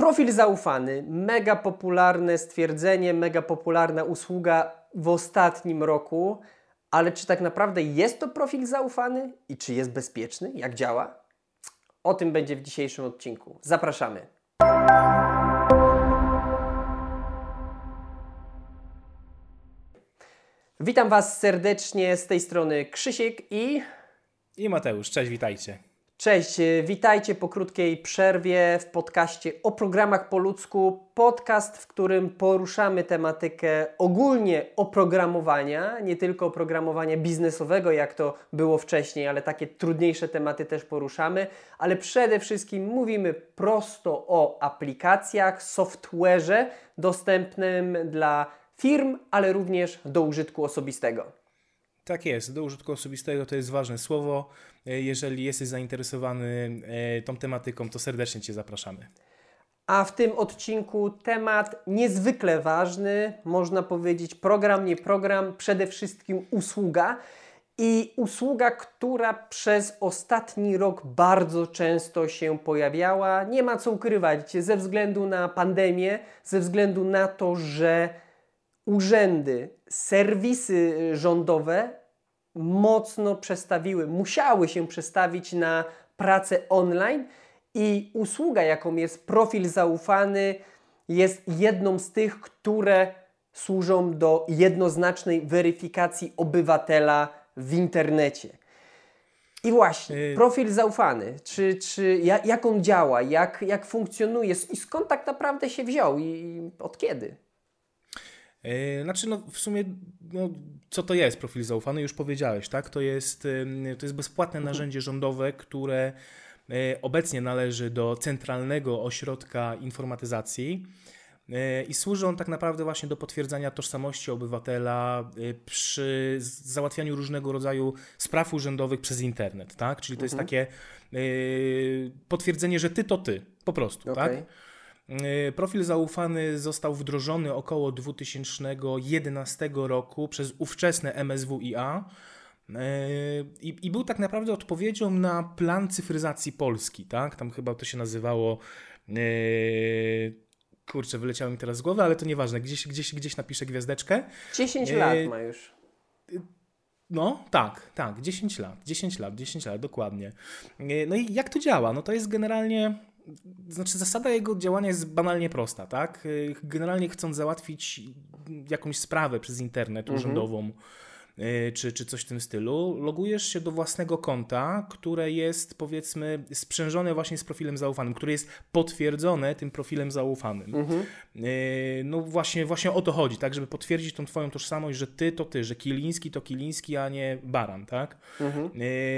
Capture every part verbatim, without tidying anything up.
Profil zaufany, mega popularne stwierdzenie, mega popularna usługa w ostatnim roku, ale czy tak naprawdę jest to profil zaufany i czy jest bezpieczny? Jak działa? O tym będzie w dzisiejszym odcinku. Zapraszamy. Witam Was serdecznie, z tej strony Krzysiek i... I Mateusz. Cześć, witajcie. Cześć, witajcie po krótkiej przerwie w podcaście o programach po ludzku. Podcast, w którym poruszamy tematykę ogólnie oprogramowania, nie tylko oprogramowania biznesowego, jak to było wcześniej, ale takie trudniejsze tematy też poruszamy, ale przede wszystkim mówimy prosto o aplikacjach, software'ze dostępnym dla firm, ale również do użytku osobistego. Tak jest, do użytku osobistego to jest ważne słowo. Jeżeli jesteś zainteresowany tą tematyką, to serdecznie Cię zapraszamy. A w tym odcinku temat niezwykle ważny, można powiedzieć program, nie program, przede wszystkim usługa. I usługa, która przez ostatni rok bardzo często się pojawiała. Nie ma co ukrywać, ze względu na pandemię, ze względu na to, że urzędy, serwisy rządowe mocno przestawiły, musiały się przestawić na pracę online i usługa, jaką jest profil zaufany, jest jedną z tych, które służą do jednoznacznej weryfikacji obywatela w internecie. I właśnie, profil zaufany, czy, czy jak, jak on działa, jak, jak funkcjonuje i skąd tak naprawdę się wziął i, i od kiedy? Znaczy, no w sumie, no, co to jest profil zaufany? Już powiedziałeś, tak? To jest, to jest bezpłatne narzędzie rządowe, które obecnie należy do Centralnego Ośrodka Informatyzacji i służy on tak naprawdę właśnie do potwierdzania tożsamości obywatela przy załatwianiu różnego rodzaju spraw urzędowych przez internet, tak? Czyli to mhm. jest takie potwierdzenie, że ty to ty, po prostu, okay. tak? Profil zaufany został wdrożony około dwa tysiące jedenastego roku przez ówczesne M S W I A i, i był tak naprawdę odpowiedzią na plan cyfryzacji Polski, tak? Tam chyba to się nazywało, kurczę, wyleciało mi teraz z głowy, ale to nieważne, gdzieś, gdzieś, gdzieś napiszę gwiazdeczkę. dziesięć lat ma już. No tak, tak, dziesięć lat, dziesięć lat, dziesięć lat, dokładnie. No i jak to działa? No to jest generalnie... Znaczy zasada jego działania jest banalnie prosta, tak? Generalnie chcąc załatwić jakąś sprawę przez internet mhm. urzędową czy, czy coś w tym stylu, logujesz się do własnego konta, które jest powiedzmy sprzężone właśnie z profilem zaufanym, które jest potwierdzone tym profilem zaufanym. Mhm. No właśnie, właśnie o to chodzi, tak? Żeby potwierdzić tą twoją tożsamość, że ty to ty, że Kiliński to Kiliński, a nie Baran, tak? Mhm.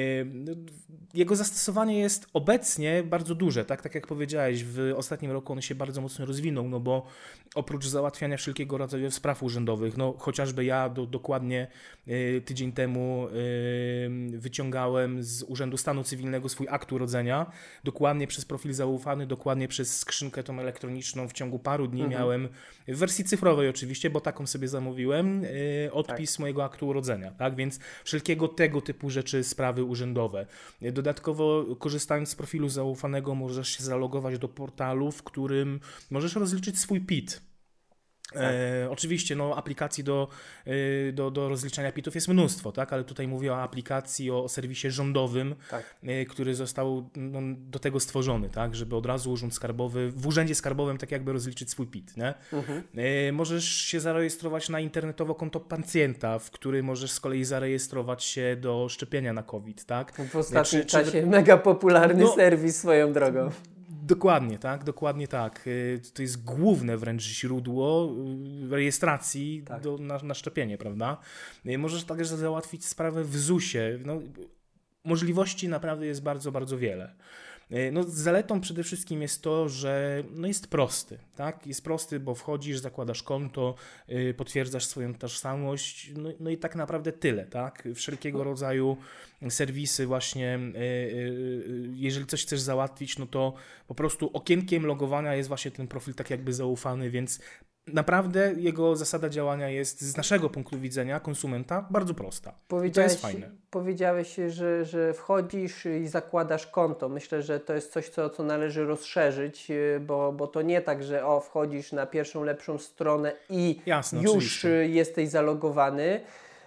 Jego zastosowanie jest obecnie bardzo duże, tak? Tak jak powiedziałeś, w ostatnim roku on się bardzo mocno rozwinął, no bo oprócz załatwiania wszelkiego rodzaju spraw urzędowych, no chociażby ja do, dokładnie tydzień temu wyciągałem z Urzędu Stanu Cywilnego swój akt urodzenia, dokładnie przez profil zaufany, dokładnie przez skrzynkę tą elektroniczną w ciągu paru dni mhm. miałem, w wersji cyfrowej oczywiście, bo taką sobie zamówiłem, odpis tak. mojego aktu urodzenia, tak, więc wszelkiego tego typu rzeczy, sprawy urzędowe. Dodatkowo korzystając z profilu zaufanego możesz się zalogować do portalu, w którym możesz rozliczyć swój P I T. Tak. E, oczywiście no, aplikacji do, e, do, do rozliczania P I T-ów jest mnóstwo, tak? Ale tutaj mówię o aplikacji, o, o serwisie rządowym, tak. e, który został no, do tego stworzony, tak? Żeby od razu Urząd Skarbowy, w Urzędzie Skarbowym tak jakby rozliczyć swój P I T. Nie? Mhm. E, możesz się zarejestrować na internetowe konto pacjenta, w którym możesz z kolei zarejestrować się do szczepienia na COVID. Tak? W ostatnim czy, czasie czy... mega popularny no, serwis swoją drogą. Dokładnie, tak, dokładnie tak. To jest główne wręcz źródło rejestracji tak. do, na, na szczepienie, prawda? Możesz także załatwić sprawę w zusie. No, możliwości naprawdę jest bardzo, bardzo wiele. No, zaletą przede wszystkim jest to, że no jest prosty, tak? Jest prosty, bo wchodzisz, zakładasz konto, yy, potwierdzasz swoją tożsamość, no, no i tak naprawdę tyle, tak? Wszelkiego rodzaju serwisy właśnie, yy, yy, jeżeli coś chcesz załatwić, no to po prostu okienkiem logowania jest właśnie ten profil tak jakby zaufany, więc naprawdę jego zasada działania jest z naszego punktu widzenia konsumenta bardzo prosta. I to jest fajne. Powiedziałeś, że, że wchodzisz i zakładasz konto. Myślę, że to jest coś, co, co należy rozszerzyć, bo, bo to nie tak, że o, wchodzisz na pierwszą lepszą stronę i Jasne, już oczywiście. jesteś zalogowany.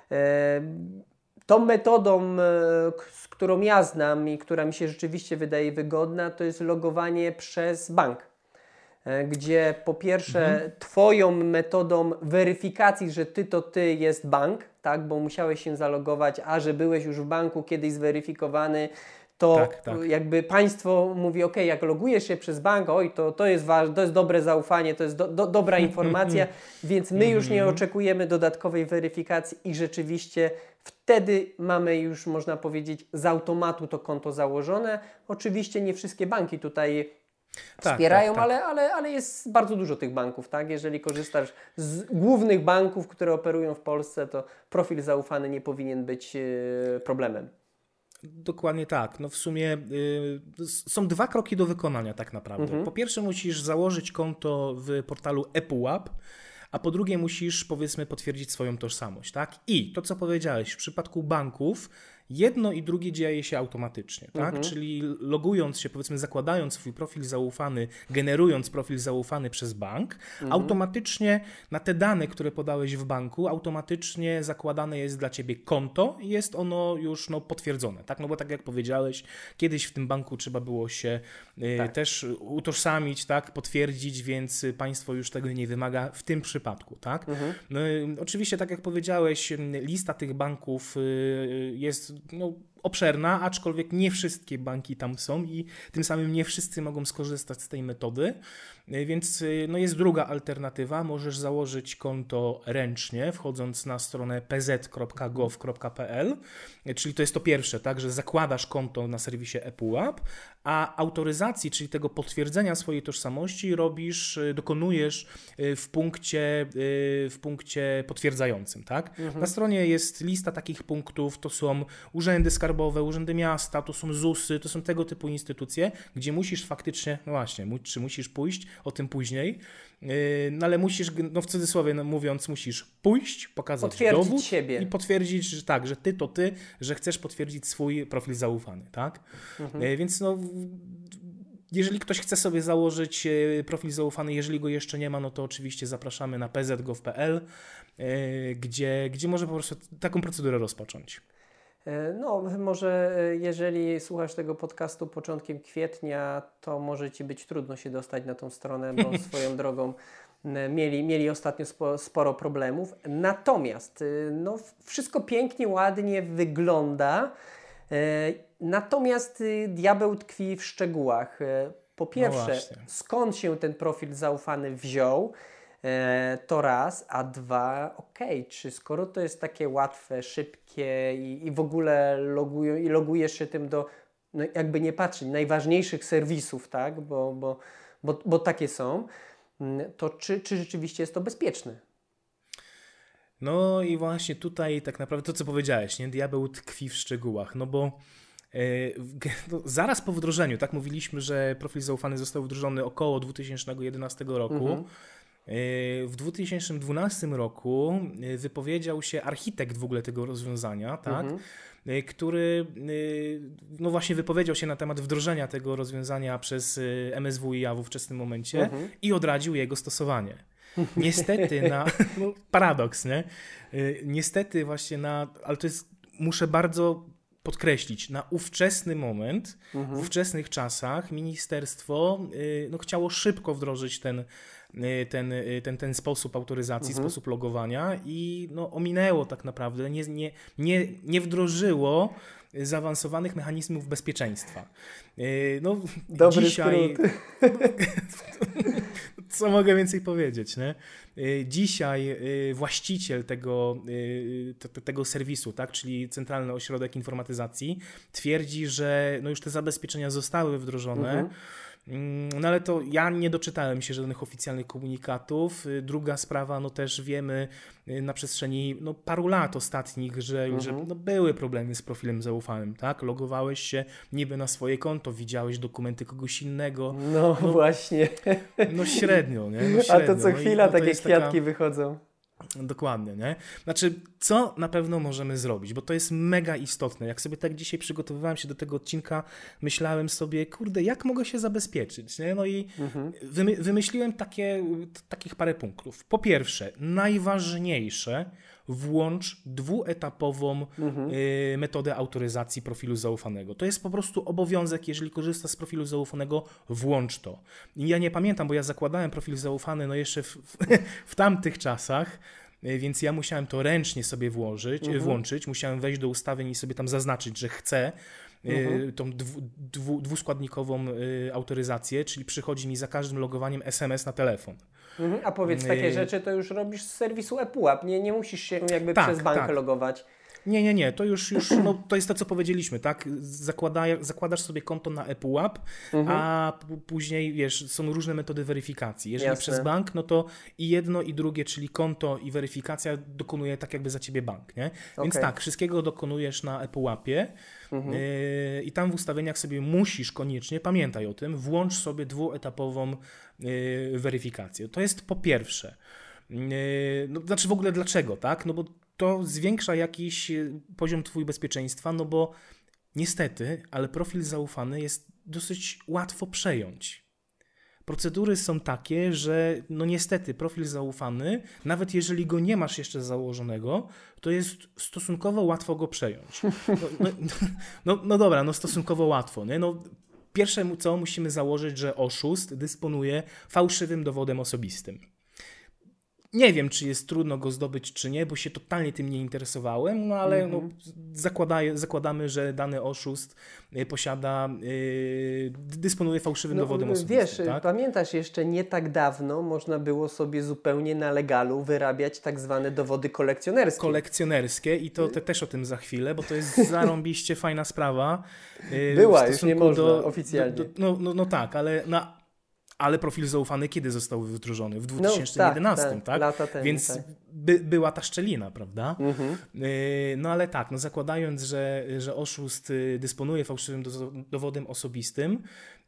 Tą metodą, z którą ja znam i która mi się rzeczywiście wydaje wygodna, to jest logowanie przez bank. Gdzie po pierwsze mhm. twoją metodą weryfikacji, że ty to ty jest bank, tak, bo musiałeś się zalogować, a że byłeś już w banku kiedyś zweryfikowany, to tak, tak. jakby państwo mówi, ok, jak logujesz się przez bank, oj, to, to jest ważne, to jest dobre zaufanie, to jest do, do, dobra informacja, więc my już nie oczekujemy dodatkowej weryfikacji i rzeczywiście wtedy mamy już, można powiedzieć, z automatu to konto założone. Oczywiście nie wszystkie banki tutaj wspierają, tak, tak, tak. Ale, ale, ale jest bardzo dużo tych banków, tak? Jeżeli korzystasz z głównych banków, które operują w Polsce, to profil zaufany nie powinien być yy, problemem. Dokładnie tak. No w sumie y, są dwa kroki do wykonania tak naprawdę. Mhm. Po pierwsze musisz założyć konto w portalu ePUAP, a po drugie musisz, powiedzmy, potwierdzić swoją tożsamość, tak? I to, co powiedziałeś, w przypadku banków jedno i drugie dzieje się automatycznie, tak? Mhm. Czyli logując się, powiedzmy, zakładając swój profil zaufany, generując profil zaufany przez bank, mhm. automatycznie na te dane, które podałeś w banku, automatycznie zakładane jest dla ciebie konto i jest ono już no, potwierdzone, tak? No bo tak jak powiedziałeś, kiedyś w tym banku trzeba było się y, tak. też utożsamić, tak? Potwierdzić, więc państwo już tego nie wymaga w tym przypadku, tak? Mhm. No, oczywiście, tak jak powiedziałeś, lista tych banków y, jest no, obszerna, aczkolwiek nie wszystkie banki tam są i tym samym nie wszyscy mogą skorzystać z tej metody, więc no, jest druga alternatywa. Możesz założyć konto ręcznie, wchodząc na stronę p z kropka gov kropka p l, czyli to jest to pierwsze, tak, że zakładasz konto na serwisie ePUAP, a autoryzacji, czyli tego potwierdzenia swojej tożsamości robisz, dokonujesz w punkcie, w punkcie potwierdzającym, tak? Mhm. Na stronie jest lista takich punktów, to są urzędy skarbowe, urzędy miasta, to są ZUSy, to są tego typu instytucje, gdzie musisz faktycznie, no właśnie, czy musisz pójść, o tym później, no ale musisz, no w cudzysłowie no mówiąc, musisz pójść, pokazać potwierdzić dowód siebie. I potwierdzić, że tak, że ty to ty, że chcesz potwierdzić swój profil zaufany, tak? Mhm. Więc no jeżeli ktoś chce sobie założyć profil zaufany, jeżeli go jeszcze nie ma, no to oczywiście zapraszamy na p z kropka gov kropka p l, gdzie, gdzie może po prostu taką procedurę rozpocząć. No, może jeżeli słuchasz tego podcastu początkiem kwietnia, to może Ci być trudno się dostać na tą stronę, bo swoją drogą mieli, mieli ostatnio spo, sporo problemów. Natomiast no, wszystko pięknie, ładnie wygląda, natomiast diabeł tkwi w szczegółach. Po pierwsze, no skąd się ten profil zaufany wziął? To raz, a dwa, okej, okay, czy skoro to jest takie łatwe, szybkie i, i w ogóle logują, i logujesz się tym do, no jakby nie patrzeć, najważniejszych serwisów, tak, bo, bo, bo, bo takie są, to czy, czy rzeczywiście jest to bezpieczne? No i właśnie tutaj tak naprawdę to, co powiedziałeś, nie? Diabeł tkwi w szczegółach, no bo no, zaraz po wdrożeniu, tak mówiliśmy, że profil zaufany został wdrożony około dwa tysiące jedenastego roku, mhm. W dwa tysiące dwunastym roku wypowiedział się architekt w ogóle tego rozwiązania, tak, mhm. który no właśnie wypowiedział się na temat wdrożenia tego rozwiązania przez M S W i A W w wczesnym momencie mhm. i odradził jego stosowanie. Niestety na... No, paradoks, nie? Niestety właśnie na... Ale to jest... Muszę bardzo podkreślić, na ówczesny moment, mhm. w ówczesnych czasach ministerstwo no, chciało szybko wdrożyć ten Ten, ten, ten sposób autoryzacji, mhm. sposób logowania i no, ominęło tak naprawdę, nie, nie, nie, nie wdrożyło zaawansowanych mechanizmów bezpieczeństwa. No, Dobry dzisiaj... Co mogę więcej powiedzieć, nie? Dzisiaj właściciel tego, tego serwisu, tak, czyli Centralny Ośrodek Informatyzacji, twierdzi, że no już te zabezpieczenia zostały wdrożone, mhm. No ale to ja nie doczytałem się żadnych oficjalnych komunikatów. Druga sprawa, no też wiemy na przestrzeni no, paru lat ostatnich, że, mhm. że no, były problemy z profilem zaufanym, tak? Logowałeś się niby na swoje konto, widziałeś dokumenty kogoś innego. No, no właśnie. No średnio, nie? No średnio. A to co chwila no, to takie kwiatki taka... wychodzą. Dokładnie, nie? Znaczy, co na pewno możemy zrobić, bo to jest mega istotne. Jak sobie tak dzisiaj przygotowywałem się do tego odcinka, myślałem sobie, kurde, jak mogę się zabezpieczyć, nie? No i mhm. wymy- wymyśliłem takie, t- takich parę punktów. Po pierwsze, najważniejsze, włącz dwuetapową mhm. y, metodę autoryzacji profilu zaufanego. To jest po prostu obowiązek, jeżeli korzystasz z profilu zaufanego, włącz to. I ja nie pamiętam, bo ja zakładałem profil zaufany no jeszcze w, w, w tamtych czasach, y, więc ja musiałem to ręcznie sobie włożyć, mhm. włączyć, musiałem wejść do ustawień i sobie tam zaznaczyć, że chcę mhm. tą dwu, dwu, dwuskładnikową y, autoryzację, czyli przychodzi mi za każdym logowaniem es em es na telefon. Mhm. A powiedz, takie y... rzeczy to już robisz z serwisu ePUAP, nie, nie musisz się jakby tak, przez bankę tak. logować. Nie, nie, nie, to już, już no, to jest to, co powiedzieliśmy, tak? Zakłada, zakładasz sobie konto na ePUAP, mhm. a p- później, wiesz, są różne metody weryfikacji. Jeżeli Jasne. przez bank, no to i jedno, i drugie, czyli konto i weryfikacja dokonuje tak jakby za ciebie bank, nie? Więc okay. tak, wszystkiego dokonujesz na ePUAPie mhm. yy, i tam w ustawieniach sobie musisz koniecznie, pamiętaj o tym, włącz sobie dwuetapową yy, weryfikację. To jest po pierwsze. Yy, no, znaczy w ogóle dlaczego, tak? No bo to zwiększa jakiś poziom twój bezpieczeństwa, no bo niestety, ale profil zaufany jest dosyć łatwo przejąć. Procedury są takie, że no niestety profil zaufany, nawet jeżeli go nie masz jeszcze założonego, to jest stosunkowo łatwo go przejąć. No, no, no, no dobra, no stosunkowo łatwo, nie? No, pierwsze co musimy założyć, że oszust dysponuje fałszywym dowodem osobistym. Nie wiem, czy jest trudno go zdobyć, czy nie, bo się totalnie tym nie interesowałem, no ale mm-hmm. no, zakłada, zakładamy, że dany oszust posiada, yy, dysponuje fałszywym no, dowodem osobistym. Wiesz, tak? Pamiętasz, jeszcze nie tak dawno można było sobie zupełnie na legalu wyrabiać tak zwane dowody kolekcjonerskie. Kolekcjonerskie i to te, też o tym za chwilę, bo to jest zarąbiście fajna sprawa. Yy, Była, już nie można do, oficjalnie. Do, do, no, no, no tak, ale na Ale profil zaufany kiedy został wdrożony? W dwa tysiące jedenastym, no, tak? tak? Lata temu, Więc tak. by, była ta szczelina, prawda? Mhm. No ale tak, no zakładając, że, że oszust dysponuje fałszywym dowodem osobistym,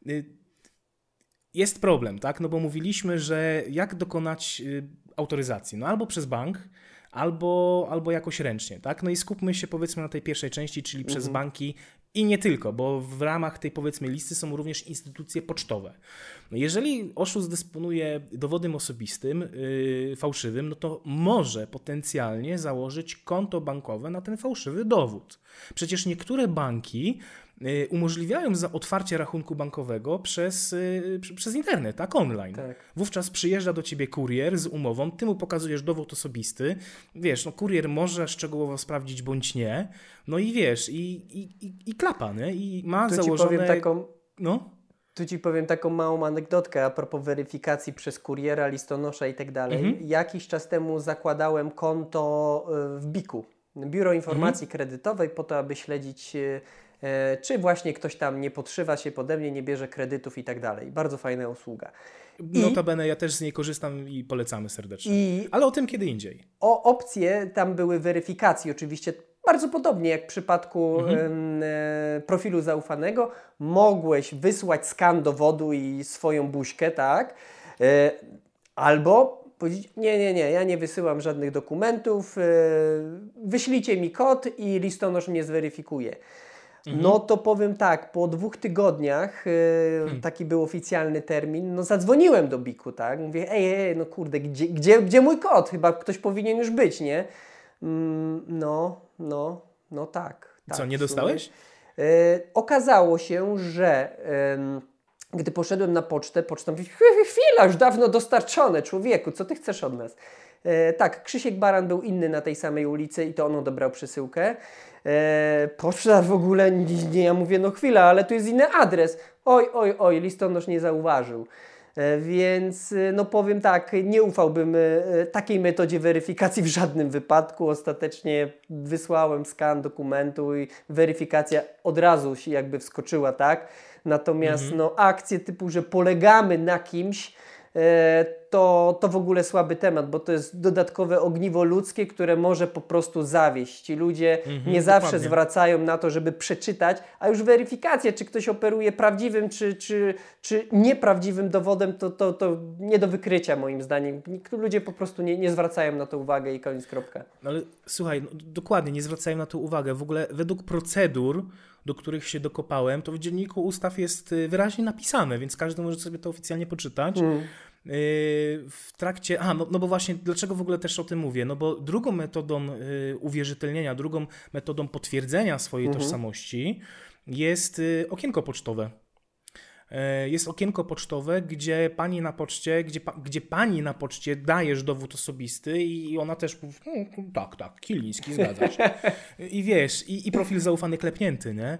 jest problem, tak? No bo mówiliśmy, że jak dokonać autoryzacji? No albo przez bank, albo, albo jakoś ręcznie, tak? No i skupmy się powiedzmy na tej pierwszej części, czyli mhm. przez banki i nie tylko, bo w ramach tej powiedzmy listy są również instytucje pocztowe. No jeżeli oszust dysponuje dowodem osobistym yy, fałszywym, no to może potencjalnie założyć konto bankowe na ten fałszywy dowód. Przecież niektóre banki yy, umożliwiają za otwarcie rachunku bankowego przez, yy, przez internet, tak, online. Tak. Wówczas przyjeżdża do ciebie kurier z umową, ty mu pokazujesz dowód osobisty, wiesz, no kurier może szczegółowo sprawdzić bądź nie, no i wiesz, i, i, i, i klapa, nie? I ma tu założone... Ci powiem taką, no? Tu ci powiem taką małą anegdotkę a propos weryfikacji przez kuriera, listonosza i tak dalej. Mhm. Jakiś czas temu zakładałem konto w biku, Biuro Informacji mhm. Kredytowej, po to, aby śledzić, e, czy właśnie ktoś tam nie podszywa się pode mnie, nie bierze kredytów i tak dalej. Bardzo fajna usługa. I, Notabene ja też z niej korzystam i polecamy serdecznie. I ale o tym kiedy indziej. O opcje tam były weryfikacji oczywiście bardzo podobnie jak w przypadku mhm. e, profilu zaufanego. Mogłeś wysłać skan dowodu i swoją buźkę, tak? E, albo powiedzieć, nie, nie, nie, ja nie wysyłam żadnych dokumentów, e, wyślijcie mi kod i listonosz mnie zweryfikuje. Mhm. No to powiem tak, po dwóch tygodniach, yy, hmm. taki był oficjalny termin, no zadzwoniłem do biku, tak? Mówię, ej, ej, no kurde, gdzie, gdzie, gdzie mój kod? Chyba ktoś powinien już być, nie? Mm, no, no, no tak. tak Co, nie dostałeś? Yy, okazało się, że yy, gdy poszedłem na pocztę, poczta mówi, chwila, już dawno dostarczone, człowieku, co ty chcesz od nas? Yy, tak, Krzysiek Baran był inny na tej samej ulicy i to on odebrał przesyłkę. Eee, poszła w ogóle, nie, nie, ja mówię, no chwila, ale tu jest inny adres. Oj, oj, oj, listonosz nie zauważył. Więc no powiem tak, nie ufałbym takiej metodzie weryfikacji w żadnym wypadku. Ostatecznie wysłałem skan dokumentu i weryfikacja od razu się jakby wskoczyła, tak? Natomiast mhm. no akcje typu, że polegamy na kimś, to, to w ogóle słaby temat, bo to jest dodatkowe ogniwo ludzkie, które może po prostu zawieść. Ci ludzie mhm, nie zawsze dokładnie. zwracają na to, żeby przeczytać, a już weryfikacja, czy ktoś operuje prawdziwym, czy, czy, czy nieprawdziwym dowodem, to, to, to nie do wykrycia moim zdaniem. Ludzie po prostu nie, nie zwracają na to uwagę i koniec, kropka. Ale słuchaj, no, dokładnie, nie zwracają na to uwagę. W ogóle według procedur, do których się dokopałem, to w Dzienniku Ustaw jest wyraźnie napisane, więc każdy może sobie to oficjalnie poczytać. Mm. W trakcie, a no, no bo właśnie, dlaczego w ogóle też o tym mówię? No bo drugą metodą uwierzytelnienia, drugą metodą potwierdzenia swojej mm-hmm. tożsamości jest okienko pocztowe. Jest okienko pocztowe, gdzie pani na poczcie, gdzie, gdzie pani na poczcie dajesz dowód osobisty i ona też mówi, no, tak, tak, Kiliński, zgadza się. I wiesz, i, i profil zaufany klepnięty, nie?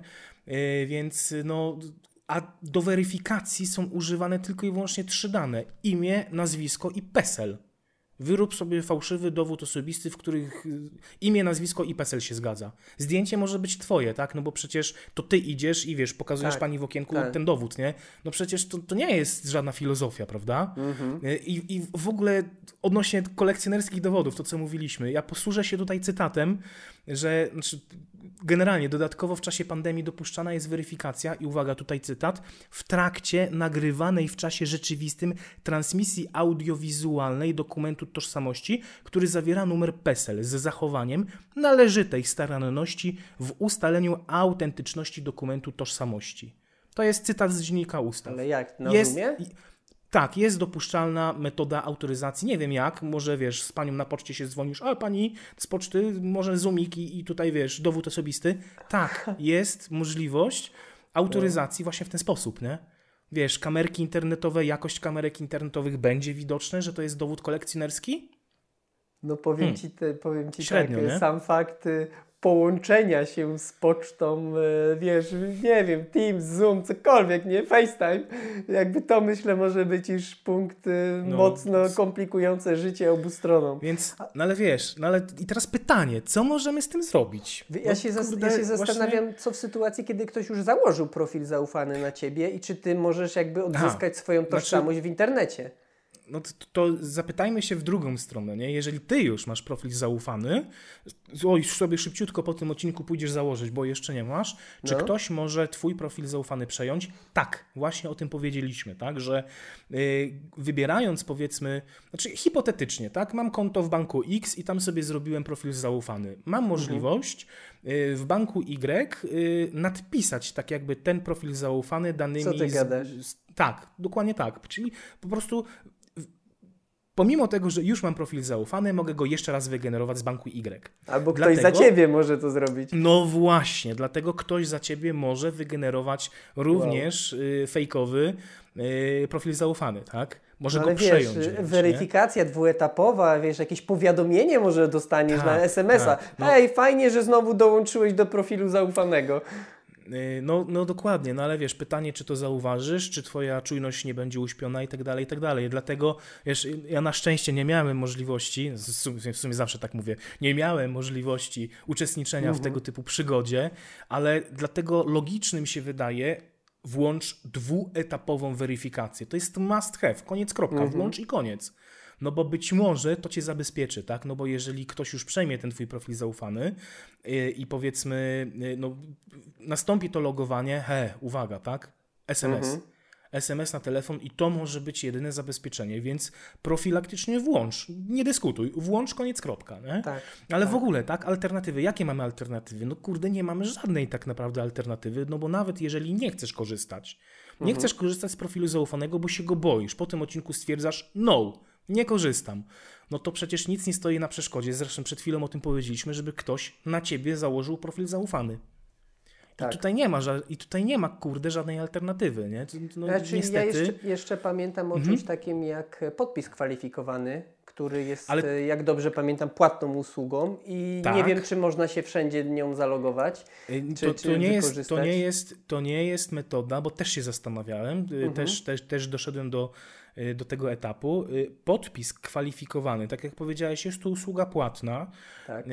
Więc no, a do weryfikacji są używane tylko i wyłącznie trzy dane. Imię, nazwisko i PESEL. Wyrób sobie fałszywy dowód osobisty, w których imię, nazwisko i PESEL się zgadza. Zdjęcie może być twoje, tak? No bo przecież to ty idziesz i wiesz, pokazujesz tak, pani w okienku tak. ten dowód, nie? No przecież to, to nie jest żadna filozofia, prawda? Mhm. I, I w ogóle odnośnie kolekcjonerskich dowodów, to co mówiliśmy, ja posłużę się tutaj cytatem, że znaczy, generalnie dodatkowo w czasie pandemii dopuszczana jest weryfikacja i uwaga, tutaj cytat, w trakcie nagrywanej w czasie rzeczywistym transmisji audiowizualnej dokumentu tożsamości, który zawiera numer PESEL z zachowaniem należytej staranności w ustaleniu autentyczności dokumentu tożsamości. To jest cytat z Dziennika Ustaw. Ale jak? Na jest, Zoomie? Tak, jest dopuszczalna metoda autoryzacji. Nie wiem jak, może wiesz, z panią na poczcie się dzwonisz, a pani z poczty, może zoomik i, i tutaj wiesz, dowód osobisty. Tak, jest możliwość autoryzacji właśnie w ten sposób, nie? Wiesz, kamerki internetowe, jakość kamerek internetowych będzie widoczne, że to jest dowód kolekcjonerski? No powiem hmm. ci, te, powiem ci Średnio, tak, nie? sam fakt połączenia się z pocztą, wiesz, nie wiem, Teams, Zoom, cokolwiek, nie? FaceTime, jakby to myślę może być już punkt no, mocno komplikujący życie obu stronom. Więc, no ale wiesz, no ale i teraz pytanie, co możemy z tym zrobić? Ja, no, się, zas- kurde, ja się zastanawiam, właśnie... co w sytuacji, kiedy ktoś już założył profil zaufany na ciebie i czy ty możesz jakby odzyskać A, swoją tożsamość znaczy... w internecie. No to, to zapytajmy się w drugą stronę, nie? Jeżeli ty już masz profil zaufany, oj, już sobie szybciutko po tym odcinku pójdziesz założyć, bo jeszcze nie masz, czy no. ktoś może twój profil zaufany przejąć? Tak, właśnie o tym powiedzieliśmy, tak, że yy, wybierając powiedzmy, znaczy hipotetycznie, tak, mam konto w banku X i tam sobie zrobiłem profil zaufany. Mam możliwość yy, w banku Y yy, nadpisać tak jakby ten profil zaufany danymi... Co ty gadasz? Z, z, tak, dokładnie tak, czyli po prostu... Pomimo tego, że już mam profil zaufany, mogę go jeszcze raz wygenerować z banku Y. Albo ktoś dlatego, za ciebie może to zrobić. No właśnie, dlatego ktoś za ciebie może wygenerować również wow. y, fejkowy y, profil zaufany, tak? Może no, go ale przejąć. Wiesz, wręcz, weryfikacja nie? dwuetapowa, wiesz, jakieś powiadomienie może dostaniesz tak, na es em es a. Tak, no. Hej, fajnie, że znowu dołączyłeś do profilu zaufanego. No, no dokładnie, no ale wiesz, pytanie, czy to zauważysz, czy twoja czujność nie będzie uśpiona i tak dalej, i tak dalej. Dlatego, wiesz, ja na szczęście nie miałem możliwości, w sumie zawsze tak mówię, nie miałem możliwości uczestniczenia mhm. w tego typu przygodzie, ale dlatego logicznym się wydaje, włącz dwuetapową weryfikację. To jest must have, koniec, kropka, mhm. włącz i koniec. No bo być może to cię zabezpieczy, tak? No bo jeżeli ktoś już przejmie ten twój profil zaufany i, i powiedzmy, no nastąpi to logowanie, he, uwaga, tak? es em es. Mhm. es em es na telefon i to może być jedyne zabezpieczenie, więc profilaktycznie włącz, nie dyskutuj, włącz, koniec, kropka, nie? Tak, ale tak. w ogóle, tak? Alternatywy. Jakie mamy alternatywy? No kurde, nie mamy żadnej tak naprawdę alternatywy, no bo nawet jeżeli nie chcesz korzystać, nie mhm. chcesz korzystać z profilu zaufanego, bo się go boisz, po tym odcinku stwierdzasz, no, nie korzystam. No to przecież nic nie stoi na przeszkodzie. Zresztą przed chwilą o tym powiedzieliśmy, żeby ktoś na ciebie założył profil zaufany. Tak. I tutaj nie ma, i tutaj nie ma, kurde, żadnej alternatywy, nie? No, znaczy, niestety... Ja jeszcze, jeszcze pamiętam o mhm. czymś takim jak podpis kwalifikowany. który jest, Ale... jak dobrze pamiętam, płatną usługą i tak. nie wiem, czy można się wszędzie nią zalogować, czy, to, czy to, nie jest, wykorzystać. to, nie jest, to nie jest metoda, bo też się zastanawiałem, mhm. też, też, też doszedłem do, do tego etapu. Podpis kwalifikowany, tak jak powiedziałeś, jest to usługa płatna. Tak.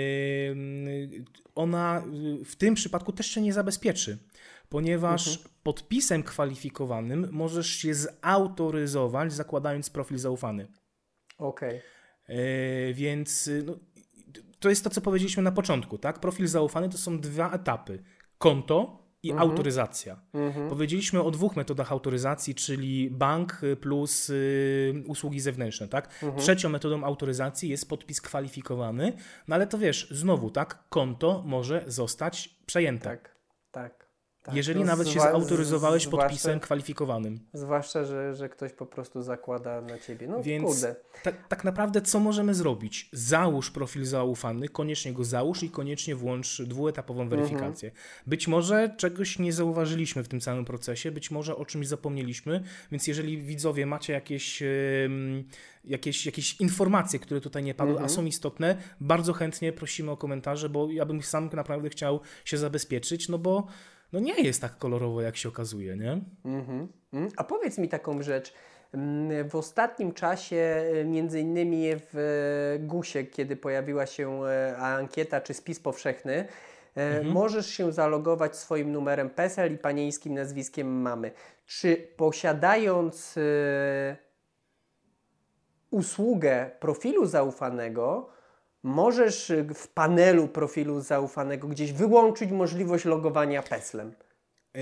Ona w tym przypadku też się nie zabezpieczy, ponieważ mhm. podpisem kwalifikowanym możesz się zautoryzować, zakładając profil zaufany. Okej. Okay. Więc no, to jest to, co powiedzieliśmy na początku, tak? Profil zaufany to są dwa etapy. Konto i mhm. autoryzacja. Mhm. Powiedzieliśmy o dwóch metodach autoryzacji, czyli bank plus y, usługi zewnętrzne, tak? Mhm. Trzecią metodą autoryzacji jest podpis kwalifikowany, no ale to wiesz, znowu, tak? Konto może zostać przejęte. Tak, tak. Tak, jeżeli no nawet się zwa- zautoryzowałeś zwłaszcza, podpisem kwalifikowanym. Zwłaszcza, że, że ktoś po prostu zakłada na ciebie. No Więc kurde. Tak, tak naprawdę co możemy zrobić? Załóż profil zaufany, koniecznie go załóż i koniecznie włącz dwuetapową weryfikację. Mhm. Być może czegoś nie zauważyliśmy w tym całym procesie, być może o czymś zapomnieliśmy, więc jeżeli widzowie macie jakieś... Yy, Jakieś, jakieś informacje, które tutaj nie padły, mm-hmm. a są istotne, bardzo chętnie prosimy o komentarze, bo ja bym sam naprawdę chciał się zabezpieczyć, no bo no nie jest tak kolorowo, jak się okazuje, nie? Mm-hmm. A powiedz mi taką rzecz. W ostatnim czasie, między innymi w gusie, kiedy pojawiła się ankieta czy spis powszechny, mm-hmm. możesz się zalogować swoim numerem PESEL i panieńskim nazwiskiem mamy. Czy posiadając usługę profilu zaufanego, możesz w panelu profilu zaufanego gdzieś wyłączyć możliwość logowania PESEL-em? Yy,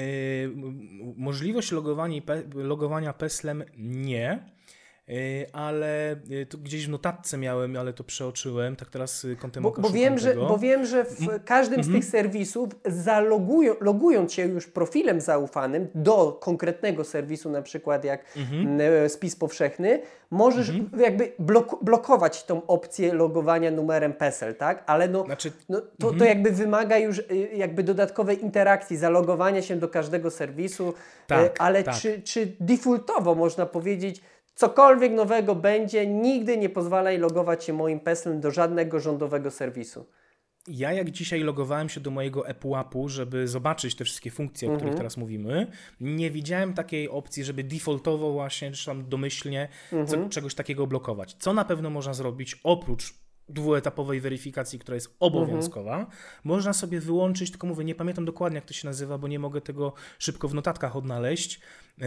możliwość logowania, logowania PESEL-em nie, yy, ale to gdzieś w notatce miałem, ale to przeoczyłem, tak teraz kątem oka bo, bo wiem, że, bo wiem, że w każdym mm-hmm. z tych serwisów zalogują, logując się już profilem zaufanym do konkretnego serwisu, na przykład jak mm-hmm. spis powszechny, możesz mm-hmm. jakby blok- blokować tą opcję logowania numerem PESEL, tak? Ale no, znaczy, no to, mm-hmm. to jakby wymaga już jakby dodatkowej interakcji, zalogowania się do każdego serwisu, tak, ale tak. Czy, czy defaultowo można powiedzieć, cokolwiek nowego będzie, nigdy nie pozwalaj logować się moim PESEL do żadnego rządowego serwisu? Ja jak dzisiaj logowałem się do mojego ePUAP-u, żeby zobaczyć te wszystkie funkcje, o których mm-hmm. teraz mówimy, nie widziałem takiej opcji, żeby defaultowo właśnie, czy tam domyślnie mm-hmm. co, czegoś takiego blokować. Co na pewno można zrobić oprócz dwuetapowej weryfikacji, która jest obowiązkowa. Mhm. Można sobie wyłączyć, tylko mówię, nie pamiętam dokładnie, jak to się nazywa, bo nie mogę tego szybko w notatkach odnaleźć. Yy,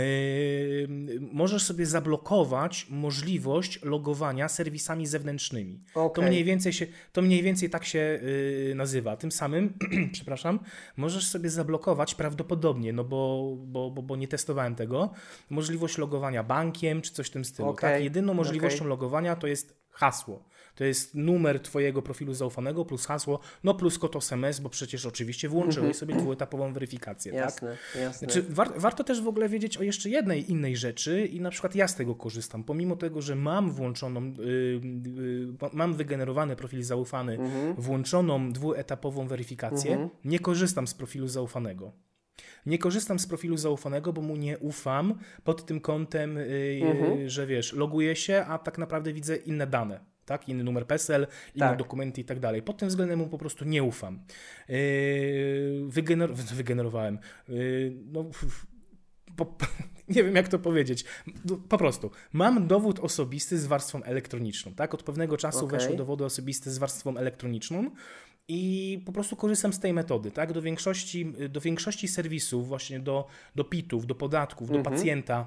możesz sobie zablokować możliwość logowania serwisami zewnętrznymi. Okay. To mniej więcej się, to mniej więcej tak się yy, nazywa. Tym samym, przepraszam, możesz sobie zablokować prawdopodobnie, no bo, bo, bo, bo nie testowałem tego, możliwość logowania bankiem, czy coś w tym stylu. Okay. Tak? Jedyną możliwością okay. logowania to jest hasło. To jest numer twojego profilu zaufanego plus hasło, no plus kod S M S, bo przecież oczywiście włączyłeś sobie dwuetapową weryfikację. Jasne, tak? jasne. Znaczy, war, warto też w ogóle wiedzieć o jeszcze jednej innej rzeczy i na przykład ja z tego korzystam. Pomimo tego, że mam włączoną, yy, yy, mam wygenerowany profil zaufany, mhm. włączoną dwuetapową weryfikację, mhm. nie korzystam z profilu zaufanego. Nie korzystam z profilu zaufanego, bo mu nie ufam pod tym kątem, yy, mhm. że wiesz, loguję się, a tak naprawdę widzę inne dane. Tak, inny numer PESEL, inne tak. dokumenty i tak dalej. Pod tym względem mu po prostu nie ufam. Yy, wygener- wygenerowałem. Yy, no, po, nie wiem, jak to powiedzieć. Po prostu. Mam dowód osobisty z warstwą elektroniczną. Tak? Od pewnego czasu okay. weszły dowody osobiste z warstwą elektroniczną i po prostu korzystam z tej metody. Tak? Do większości, do większości serwisów, właśnie do, do P I T-ów, do podatków, do mhm. pacjenta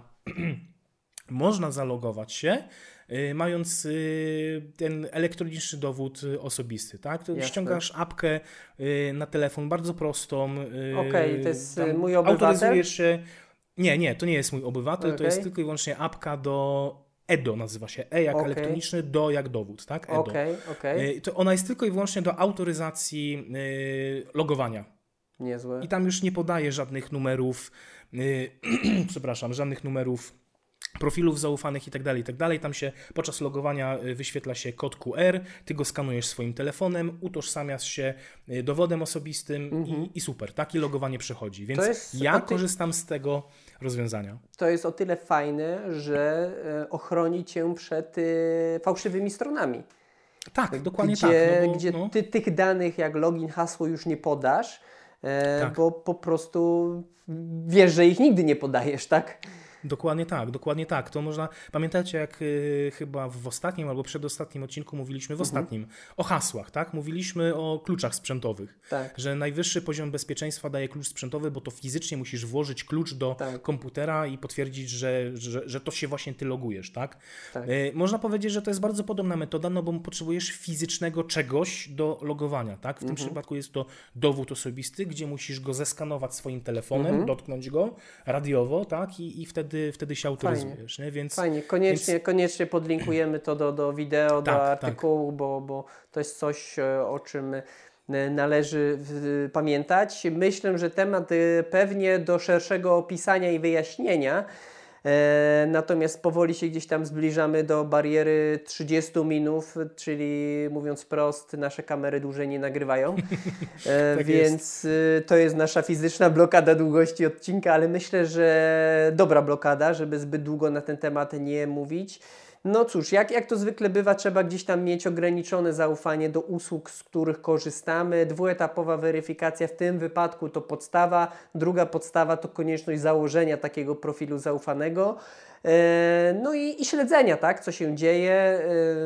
można zalogować się, mając ten elektroniczny dowód osobisty, tak? To ściągasz apkę na telefon, bardzo prostą. Okej, okay, to jest mój obywatel? Autoryzujesz się. Nie, nie, to nie jest mój obywatel, okay. to jest tylko i wyłącznie apka do E D O, nazywa się E jak okay. elektroniczny, do jak dowód, tak? E D O. Okay, okay. To ona jest tylko i wyłącznie do autoryzacji logowania. Niezłe. I tam już nie podaje żadnych numerów, przepraszam, żadnych numerów profilów zaufanych i tak dalej, i tak dalej. Tam się podczas logowania wyświetla się kod Q R, ty go skanujesz swoim telefonem, utożsamiasz się dowodem osobistym mm-hmm. i, i super, takie logowanie przechodzi. Więc ja ty... korzystam z tego rozwiązania. To jest o tyle fajne, że ochroni cię przed y, fałszywymi stronami. Tak, dokładnie gdzie, tak. No bo, gdzie no. ty tych danych jak login, hasło już nie podasz, e, Tak. bo po prostu wiesz, że ich nigdy nie podajesz, tak? Dokładnie tak, dokładnie tak. To można, pamiętacie jak y, chyba w ostatnim albo przedostatnim odcinku mówiliśmy, w ostatnim, mhm. o hasłach, tak? Mówiliśmy o kluczach sprzętowych, tak. że najwyższy poziom bezpieczeństwa daje klucz sprzętowy, bo to fizycznie musisz włożyć klucz do tak. komputera i potwierdzić, że, że, że to się właśnie ty logujesz, tak? tak. Y, można powiedzieć, że to jest bardzo podobna metoda, no bo potrzebujesz fizycznego czegoś do logowania, tak? W mhm. tym przypadku jest to dowód osobisty, gdzie musisz go zeskanować swoim telefonem, mhm. dotknąć go radiowo, tak? I, i wtedy Wtedy, wtedy się autoryzujesz. Nie? Więc, Fajnie, koniecznie, więc... koniecznie podlinkujemy to do, do wideo, tak, do artykułu, tak. bo, bo to jest coś, o czym należy pamiętać. Myślę, że temat pewnie do szerszego opisania i wyjaśnienia, e, natomiast powoli się gdzieś tam zbliżamy do bariery trzydziestu minut, czyli mówiąc wprost, nasze kamery dłużej nie nagrywają, e, tak więc jest. To jest nasza fizyczna blokada długości odcinka, ale myślę, że dobra blokada, żeby zbyt długo na ten temat nie mówić. No cóż, jak, jak to zwykle bywa, trzeba gdzieś tam mieć ograniczone zaufanie do usług, z których korzystamy. Dwuetapowa weryfikacja w tym wypadku to podstawa. Druga podstawa to konieczność założenia takiego profilu zaufanego. No i, i śledzenia, tak, co się dzieje.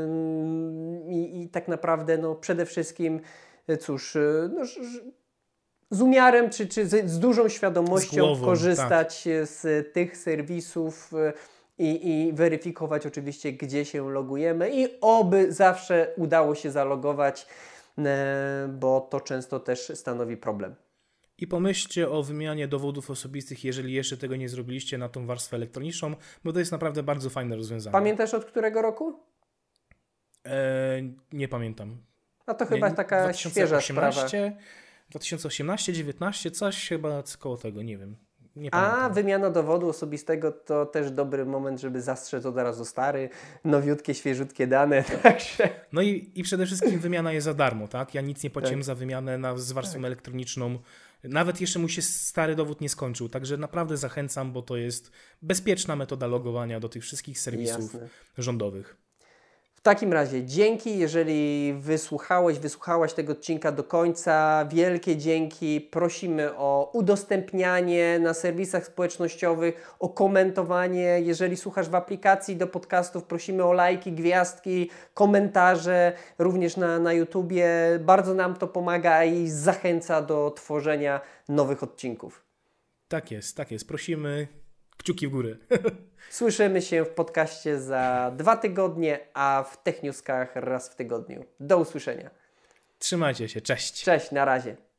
I, i tak naprawdę no, przede wszystkim, cóż, no, z umiarem czy, czy z, z dużą świadomością z głową, korzystać tak. z tych serwisów, I, i weryfikować oczywiście, gdzie się logujemy i oby zawsze udało się zalogować, e, bo to często też stanowi problem. I pomyślcie o wymianie dowodów osobistych, jeżeli jeszcze tego nie zrobiliście, na tą warstwę elektroniczną, bo to jest naprawdę bardzo fajne rozwiązanie. Pamiętasz od którego roku? E, nie pamiętam. A to chyba nie, taka świeża sprawa. dwa tysiące osiemnaście, dziewiętnaście, coś chyba koło tego, nie wiem. Nie A wymiana dowodu osobistego to też dobry moment, żeby zastrzec od razu stary, nowiutkie, świeżutkie dane. Także... No i, i przede wszystkim wymiana jest za darmo, tak? Ja nic nie płaciłem tak. za wymianę na, z warstwą tak. elektroniczną. Nawet jeszcze mu się stary dowód nie skończył, także naprawdę zachęcam, bo to jest bezpieczna metoda logowania do tych wszystkich serwisów Jasne. rządowych. W takim razie dzięki, jeżeli wysłuchałeś, wysłuchałaś tego odcinka do końca, wielkie dzięki. Prosimy o udostępnianie na serwisach społecznościowych, o komentowanie. Jeżeli słuchasz w aplikacji do podcastów, prosimy o lajki, gwiazdki, komentarze, również na, na YouTubie. Bardzo nam to pomaga i zachęca do tworzenia nowych odcinków. Tak jest, tak jest. Prosimy, kciuki w górę. Słyszymy się w podcaście za dwa tygodnie, a w Technewskach raz w tygodniu. Do usłyszenia. Trzymajcie się, cześć. Cześć, na razie.